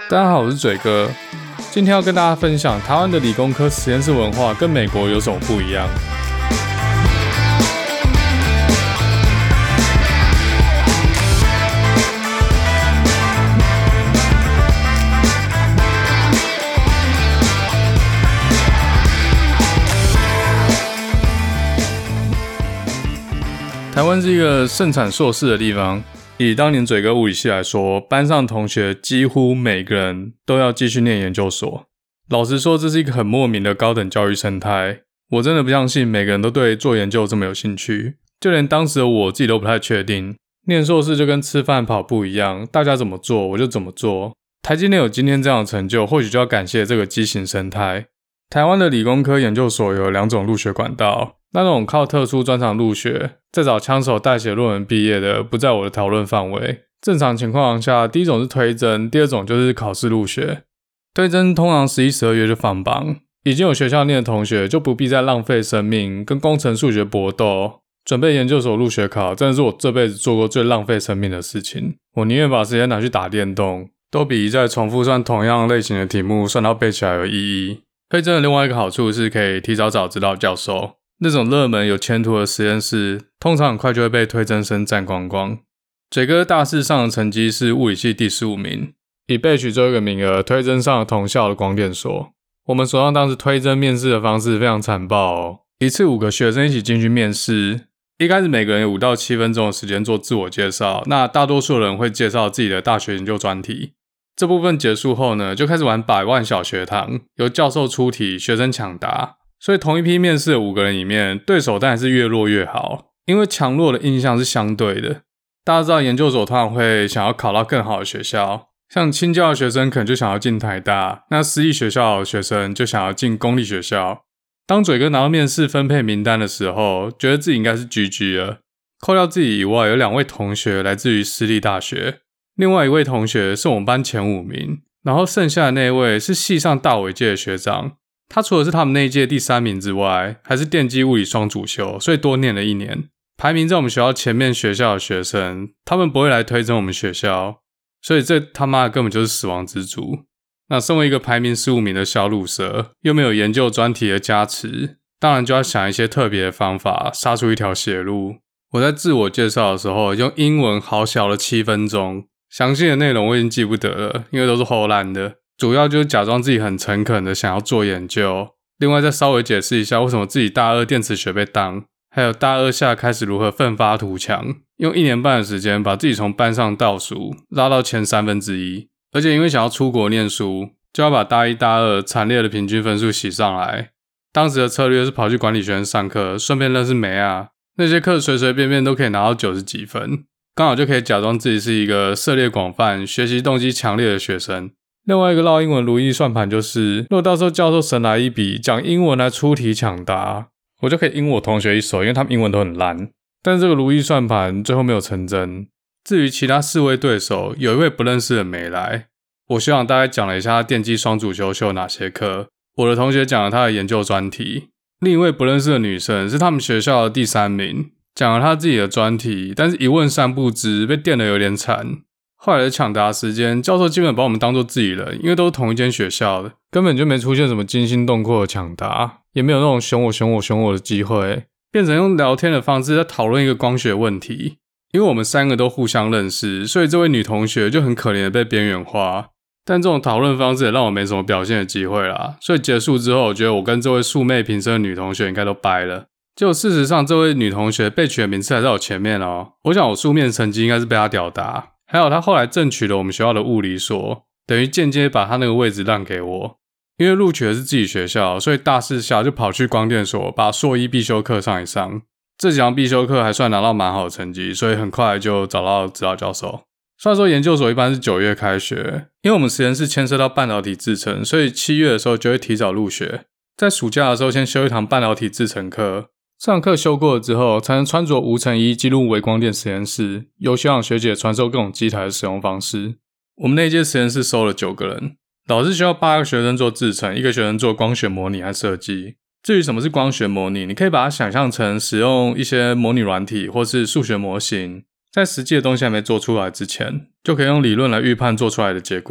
大家好，我是嘴哥，今天要跟大家分享台湾的理工科实验室文化跟美国有什么不一样。台湾是一个盛产硕士的地方，以当年嘴哥物理系来说，班上同学几乎每个人都要继续念研究所。老实说，这是一个很莫名的高等教育生态。我真的不相信每个人都对做研究这么有兴趣，就连当时的我自己都不太确定。念硕士就跟吃饭跑步一样，大家怎么做我就怎么做。台积电有今天这样的成就，或许就要感谢这个畸形生态。台湾的理工科研究所有两种入学管道，那种靠特殊专长入学，再找枪手代写论文毕业的，不在我的讨论范围。正常情况下，第一种是推甄，第二种就是考试入学。推甄通常11、12月就放榜，已经有学校念的同学就不必再浪费生命跟工程数学搏斗。准备研究所入学考，真的是我这辈子做过最浪费生命的事情。我宁愿把时间拿去打电动，都比一再重复算同样类型的题目算到背起来有意义。推甄的另外一个好处是可以提早找指导教授，那种热门有前途的实验室通常很快就会被推甄生占光光。嘴哥大四上的成绩是物理系第15名，以被取最后一个名额推甄上了同校的光电所。我们所上当时推甄面试的方式非常残暴哦，一次5个学生一起进去面试，一开始每个人有5到7分钟的时间做自我介绍，那大多数人会介绍自己的大学研究专题。这部分结束后呢，就开始玩百万小学堂，由教授出题，学生抢答。所以同一批面试的5个人里面，对手当然是越弱越好，因为强弱的印象是相对的。大家知道研究所通常会想要考到更好的学校，像清教的学生可能就想要进台大，那私立学校的学生就想要进公立学校。当嘴哥拿到面试分配名单的时候，觉得自己应该是 GG 了。扣掉自己以外，有2位同学来自于私立大学，另外一位同学是我们班前5名，然后剩下的那位是系上大尾届的学长。他除了是他们那一届第3名之外，还是电机物理双主修，所以多念了1年。排名在我们学校前面学校的学生，他们不会来推甄我们学校，所以这他妈的根本就是死亡之组。那身为一个排名15名的小鲁蛇，又没有研究专题的加持，当然就要想一些特别的方法，杀出一条血路。我在自我介绍的时候，用英文好小了7分钟，详细的内容我已经记不得了，因为都是唬烂的。主要就是假装自己很诚恳的想要做研究，另外再稍微解释一下为什么自己大2电磁学被当，还有大2下开始如何奋发图强，用1年半的时间把自己从班上倒数拉到前1/3。而且因为想要出国念书，就要把大1、大2惨烈的平均分数洗上来。当时的策略是跑去管理学院上课，顺便认识梅啊，那些课随随便便都可以拿到90几分，刚好就可以假装自己是一个涉猎广泛、学习动机强烈的学生。另外一个烙英文如意算盘就是，如果到时候教授神来一笔，讲英文来出题抢答，我就可以赢我同学一手，因为他们英文都很烂。但是这个如意算盘最后没有成真。至于其他4位对手，有一位不认识的没来。我学长大概讲了一下他电机双主修修哪些课，我的同学讲了他的研究专题。另一位不认识的女生是他们学校的第3名，讲了他自己的专题，但是一问3不知，被电得有点惨。后来的抢答时间，教授基本把我们当作自己人，因为都是同一间学校的，根本就没出现什么惊心动魄的抢答，也没有那种凶我的机会，变成用聊天的方式在讨论一个光学问题。因为我们3个都互相认识，所以这位女同学就很可怜的被边缘化。但这种讨论方式也让我没什么表现的机会啦，所以结束之后，我觉得我跟这位素昧平生的女同学应该都掰了。结果事实上，这位女同学被取的名次还在我前面哦。我想我书面成绩应该是被她吊打。还有他后来正取了我们学校的物理所，等于间接把他那个位置让给我。因为录取的是自己学校，所以大4下就跑去光电所把硕1必修课上一上。这几堂必修课还算拿到蛮好的成绩，所以很快就找到指导教授。虽然说研究所一般是9月开学，因为我们实验室牵涉到半导体制程，所以7月的时候就会提早入学。在暑假的时候先修一堂半导体制程课，这堂课修过了之后，才能穿着5×1进入微光电实验室，由学长学姐传授各种机台的使用方式。我们那一届实验室收了9个人，老师需要8个学生做制程，1个学生做光学模拟和设计。至于什么是光学模拟，你可以把它想象成使用一些模拟软体或是数学模型，在实际的东西还没做出来之前，就可以用理论来预判做出来的结果。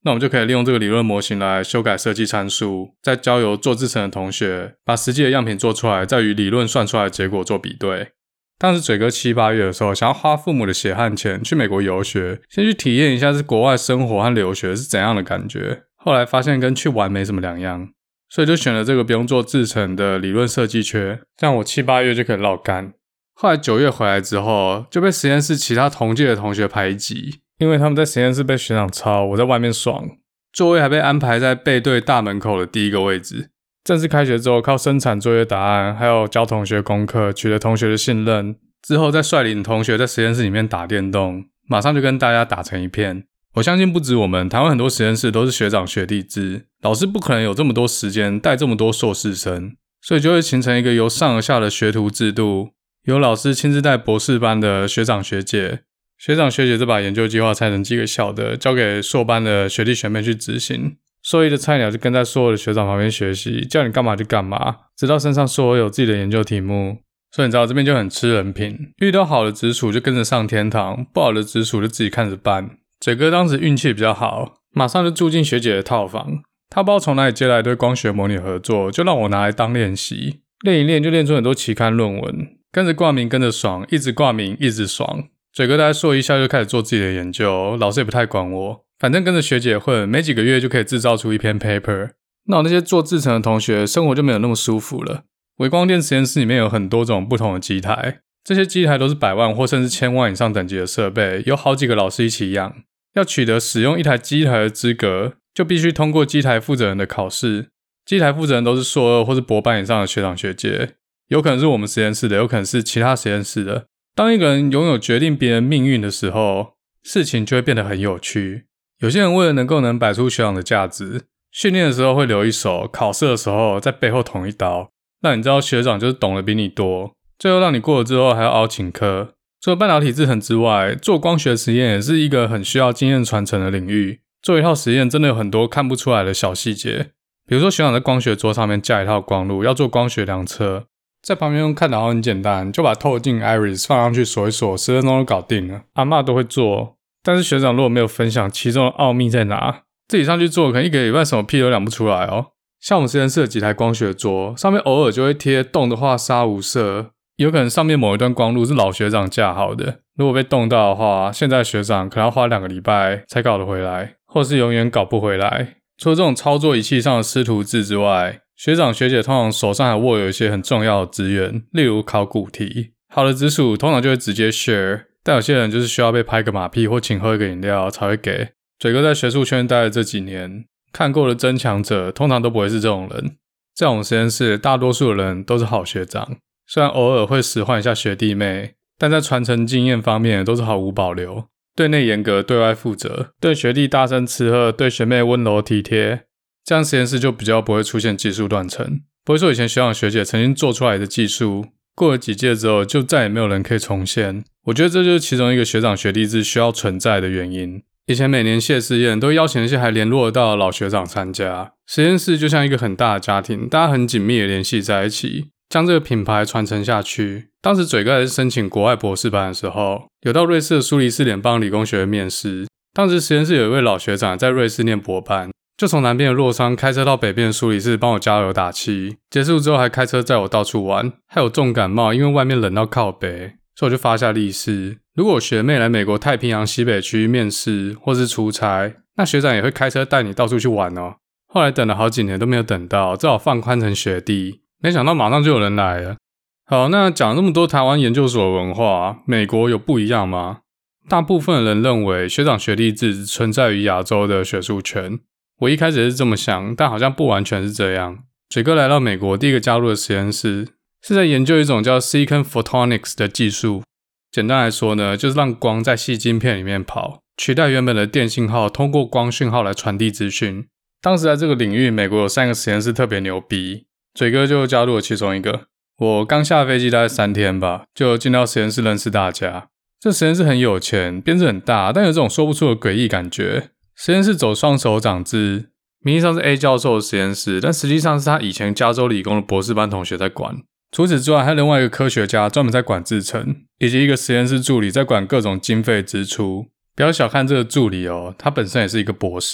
那我们就可以利用这个理论模型来修改设计参数，再交由做制程的同学把实际的样品做出来，再与理论算出来的结果做比对。当时嘴哥7、8月的时候，想要花父母的血汗钱去美国游学，先去体验一下是国外生活和留学是怎样的感觉。后来发现跟去玩没什么两样，所以就选了这个不用做制程的理论设计缺，这样我7、8月就可以绕干。后来9月回来之后，就被实验室其他同届的同学排挤，因为他们在实验室被学长抄，我在外面爽，座位还被安排在背对大门口的第一个位置。正式开学之后，靠生产作业答案还有教同学功课取得同学的信任，之后再率领同学在实验室里面打电动，马上就跟大家打成一片。我相信不止我们，台湾很多实验室都是学长学弟制，老师不可能有这么多时间带这么多硕士生，所以就会形成一个由上而下的学徒制度，由老师亲自带博士班的学长学姐，学长学姐再把研究计划拆成几个小的，交给硕班的学弟学妹去执行。硕一的菜鸟就跟在所有的学长旁边学习，叫你干嘛就干嘛，直到升上硕二有自己的研究题目。所以你知道这边就很吃人品，遇到好的直属就跟着上天堂，不好的直属就自己看着办。嘴哥当时运气比较好，马上就住进学姐的套房。他不知道从哪里接来对光学模拟合作，就让我拿来当练习，练一练就练出很多期刊论文，跟着挂名跟着爽，一直挂名一直爽。嘴哥大概硕一下就开始做自己的研究，老师也不太管我，反正跟着学姐混，没几个月就可以制造出一篇 paper。那我那些做制程的同学生活就没有那么舒服了。微光电实验室里面有很多种不同的机台，这些机台都是100万或甚至1000万以上等级的设备，有好几个老师一起养。要取得使用一台机台的资格，就必须通过机台负责人的考试。机台负责人都是硕二或是博班以上的学长学姐，有可能是我们实验室的，有可能是其他实验室的。当一个人拥有决定别人命运的时候，事情就会变得很有趣。有些人为了能摆出学长的价值，训练的时候会留一手，考试的时候在背后捅一刀，让你知道学长就是懂得比你多，最后让你过了之后还要凹请客。除了半导体制程之外，做光学实验也是一个很需要经验传承的领域。做一套实验真的有很多看不出来的小细节，比如说学长在光学桌上面架一套光路，要做光学量测，在旁边用看导很简单，就把透镜 Iris 放上去锁一锁，10分钟就搞定了。阿嬷都会做，但是学长如果没有分享其中的奥秘在哪，自己上去做可能1个礼拜什么屁都量不出来哦。像我们实验室的几台光学桌，上面偶尔就会贴动的话杀无色，有可能上面某一段光路是老学长架好的，如果被动到的话，现在学长可能要花2个礼拜才搞得回来，或是永远搞不回来。除了这种操作仪器上的师徒制之外，学长学姐通常手上还握有一些很重要的资源，例如考古题。好的直属通常就会直接 share， 但有些人就是需要被拍个马屁或请喝一个饮料才会给。嘴哥在学术圈待了这几年，看过的争强者通常都不会是这种人。在我们实验室，大多数的人都是好学长，虽然偶尔会使唤一下学弟妹，但在传承经验方面都是毫无保留，对内严格，对外负责，对学弟大声斥喝，对学妹温柔体贴，这样实验室就比较不会出现技术断层，不会说以前学长学姐曾经做出来的技术，过了几届之后就再也没有人可以重现。我觉得这就是其中一个学长学弟制需要存在的原因。以前每年谢师宴都会邀请一些还联络得到的老学长参加，实验室就像一个很大的家庭，大家很紧密的联系在一起，将这个品牌传承下去。当时嘴哥还是申请国外博士班的时候，有到瑞士的苏黎世联邦理工学院面试。当时实验室有一位老学长在瑞士念博班，就从南边的洛桑开车到北边的苏黎世帮我加油打气，结束之后还开车载我到处玩，害我重感冒，因为外面冷到靠北，所以我就发下立誓，如果我学妹来美国太平洋西北区面试或是出差，那学长也会开车带你到处去玩哦。后来等了好几年都没有等到，只好放宽成学弟，没想到马上就有人来了。好，那讲了那么多台湾研究所的文化，美国有不一样吗？大部分的人认为学长学弟制只存在于亚洲的学术圈，我一开始也是这么想，但好像不完全是这样。嘴哥来到美国第一个加入的实验室是在研究一种叫 Silicon Photonics 的技术，简单来说呢，就是让光在细晶片里面跑，取代原本的电信号，通过光讯号来传递资讯。当时在这个领域，美国有3个实验室特别牛逼，嘴哥就加入了其中一个。我刚下飞机大概3天吧，就进到实验室认识大家。这实验室很有钱，编制很大，但有这种说不出的诡异感觉。实验室走双手掌制，名义上是 A 教授的实验室，但实际上是他以前加州理工的博士班同学在管。除此之外，还有另外一个科学家专门在管制程，以及一个实验室助理在管各种经费支出。不要小看这个助理哦，他本身也是一个博士。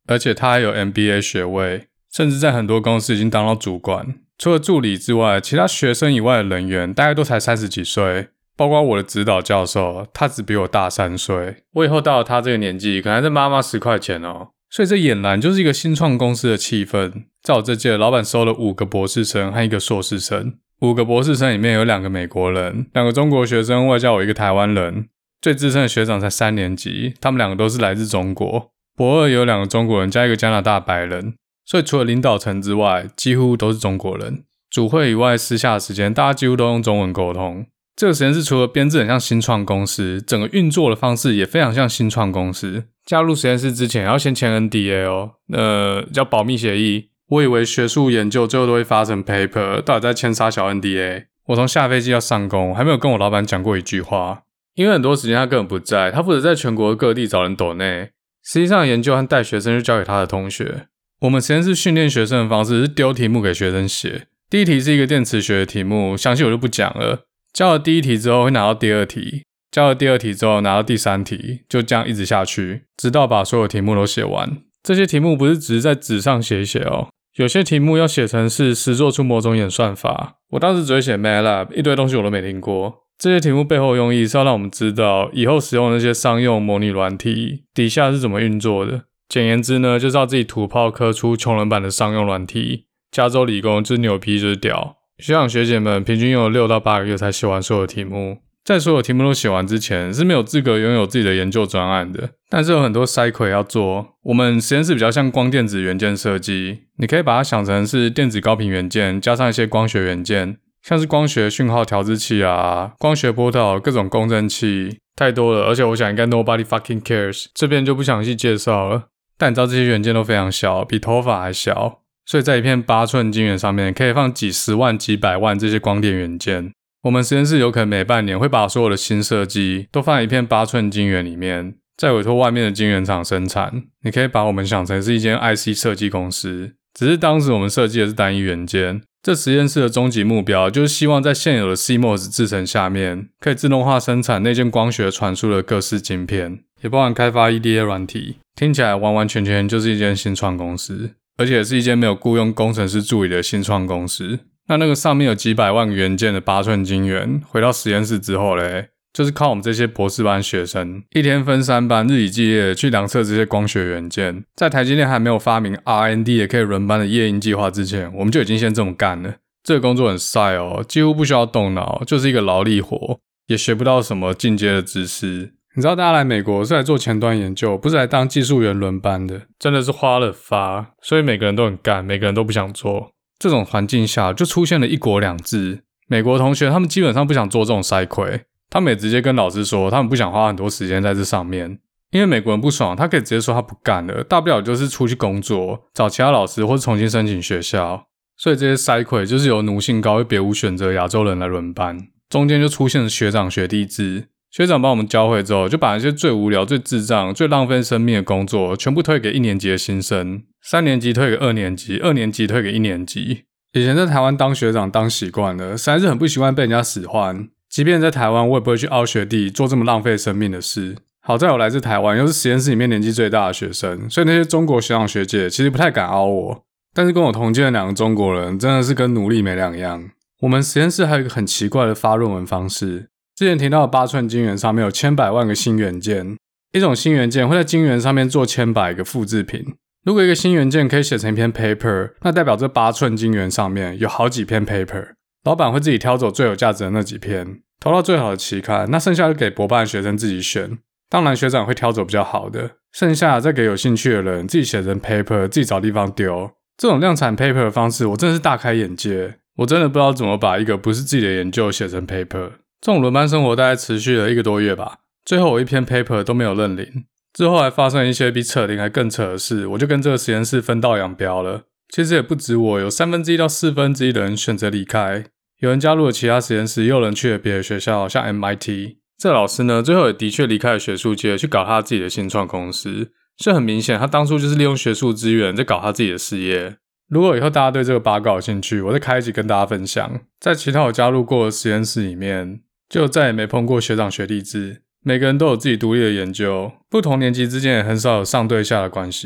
而且他还有 MBA 学位，甚至在很多公司已经当到主管。除了助理之外，其他学生以外的人员大概都才30几岁，包括我的指导教授，他只比我大3岁。我以后到了他这个年纪，可能还在妈妈10块钱哦。所以这俨然就是一个新创公司的气氛。在我这届，老板收了5个博士生和1个硕士生。5个博士生里面有2个美国人，2个中国学生，外加我1个台湾人。最资深的学长才3年级，他们2个都是来自中国。博2也有2个中国人加1个加拿大白人。所以除了领导层之外，几乎都是中国人。主会以外，私下的时间，大家几乎都用中文沟通。这个实验室除了编制很像新创公司，整个运作的方式也非常像新创公司。加入实验室之前要先签 NDA 哦，叫保密协议。我以为学术研究最后都会发成 paper， 到底在签啥小 NDA？ 我从下飞机要上工，还没有跟我老板讲过一句话，因为很多时间他根本不在，他负责在全国各地找人抖内。实际上研究和带学生就交给他的同学。我们实验室训练学生的方式是丢题目给学生写。第一题是一个电磁学的题目，详细我就不讲了。教了第1题之后会拿到第2题，教了第2题之后拿到第3题，就这样一直下去，直到把所有题目都写完。这些题目不是只是在纸上写一写哦，有些题目要写成是实做出某种演算法。我当时只会写 MATLAB， 一堆东西我都没听过。这些题目背后的用意是要让我们知道以后使用的那些商用模拟软体底下是怎么运作的。简言之呢，就是要自己土炮刻出穷人版的商用软体。加州理工就是牛逼就是屌，学长学姐们平均用了6到8个月才写完所有题目。在所有题目都写完之前，是没有资格拥有自己的研究专案的。但是有很多筛溃要做。我们实验室比较像光电子元件设计，你可以把它想成是电子高频元件加上一些光学元件，像是光学讯号调制器啊、光学波导、各种共振器，太多了，而且我想应该 nobody fucking cares， 这边就不详细介绍了。但你知道这些元件都非常小，比头发还小，所以在一片8寸晶圆上面可以放几十万几百万这些光电元件。我们实验室有可能每半年会把所有的新设计都放在一片8寸晶圆里面，再委托外面的晶圆厂生产。你可以把我们想成是一间 IC 设计公司，只是当时我们设计的是单一元件。这实验室的终极目标就是希望在现有的 CMOS 制程下面可以自动化生产内建光学传输的各式晶片，也包含开发 EDA 软体。听起来完完全全就是一间新创公司，而且是一间没有雇佣工程师助理的新创公司。那个上面有几百万个元件的8寸晶圆，回到实验室之后咧，就是靠我们这些博士班学生一天分3班，日以继夜去量测这些光学元件。在台积电还没有发明 R&D 也可以轮班的夜鹰计划之前，我们就已经先这么干了。这个工作很晒哦，几乎不需要动脑，就是一个劳力活，也学不到什么进阶的知识。你知道大家来美国是来做前端研究，不是来当技术员轮班的，真的是花了发，所以每个人都很干，每个人都不想做。这种环境下就出现了一国两制。美国同学他们基本上不想做这种筛溃，他们也直接跟老师说他们不想花很多时间在这上面，因为美国人不爽，他可以直接说他不干了，大不了就是出去工作，找其他老师或是重新申请学校。所以这些筛溃就是由奴性高又别无选择亚洲人来轮班，中间就出现了学长学弟制。学长帮我们教会之后，就把那些最无聊、最智障、最浪费生命的工作全部推给1年级的新生，3年级推给2年级，2年级推给1年级。以前在台湾当学长当习惯了，实在是很不习惯被人家使唤。即便在台湾，我也不会去凹学弟做这么浪费生命的事。好在我来自台湾，又是实验室里面年纪最大的学生，所以那些中国学长学姐其实不太敢凹我。但是跟我同届的2个中国人真的是跟奴隶没两样。我们实验室还有一个很奇怪的发论文方式。之前提到的8寸晶圆上面有千百万个新元件，一种新元件会在晶圆上面做千百个复制品。如果一个新元件可以写成一篇 paper， 那代表这8寸晶圆上面有好几篇 paper， 老板会自己挑走最有价值的那几篇，投到最好的期刊，那剩下就给博班的学生自己选。当然学长会挑走比较好的，剩下再给有兴趣的人自己写成 paper， 自己找地方丢。这种量产 paper 的方式我真的是大开眼界，我真的不知道怎么把一个不是自己的研究写成 paper。这种轮班生活大概持续了1个多月吧，最后我一篇 paper 都没有认领。之后还发生一些比扯铃还更扯的事，我就跟这个实验室分道扬镳了。其实也不止我，有1/3到1/4的人选择离开，有人加入了其他实验室，也有人去了别的学校，像 MIT。这老师呢，最后也的确离开了学术界，去搞他自己的新创公司。所以很明显，他当初就是利用学术资源在搞他自己的事业。如果以后大家对这个八卦有兴趣，我再开一集跟大家分享。在其他我加入过的实验室里面，就再也没碰过学长学弟制，每个人都有自己独立的研究，不同年级之间也很少有上对下的关系。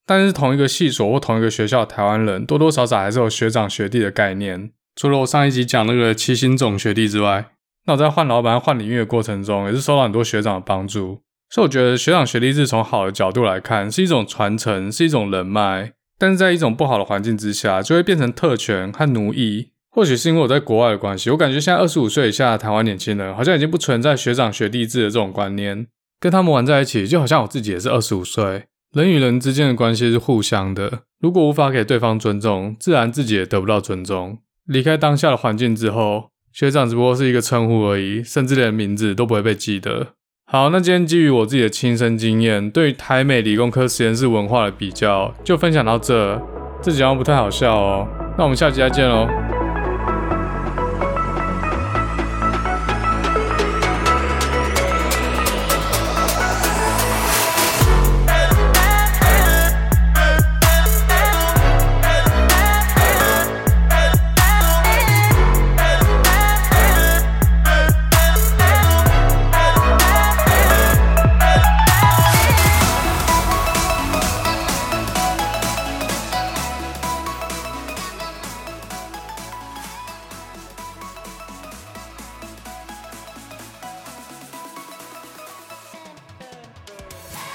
但是同一个系所或同一个学校的台湾人，多多少少还是有学长学弟的概念。除了我上一集讲那个七星种学弟之外，那我在换老板、换领域的过程中，也是受到很多学长的帮助。所以我觉得学长学弟制从好的角度来看，是一种传承，是一种人脉。但是在一种不好的环境之下，就会变成特权和奴役。或许是因为我在国外的关系，我感觉现在25岁以下的台湾年轻人，好像已经不存在学长学弟制的这种观念。跟他们玩在一起，就好像我自己也是25岁。人与人之间的关系是互相的，如果无法给对方尊重，自然自己也得不到尊重。离开当下的环境之后，学长只不过是一个称呼而已，甚至连名字都不会被记得。好，那今天基于我自己的亲身经验，对于台美理工科实验室文化的比较，就分享到这。这集好像不太好笑哦，那我们下集再见咯。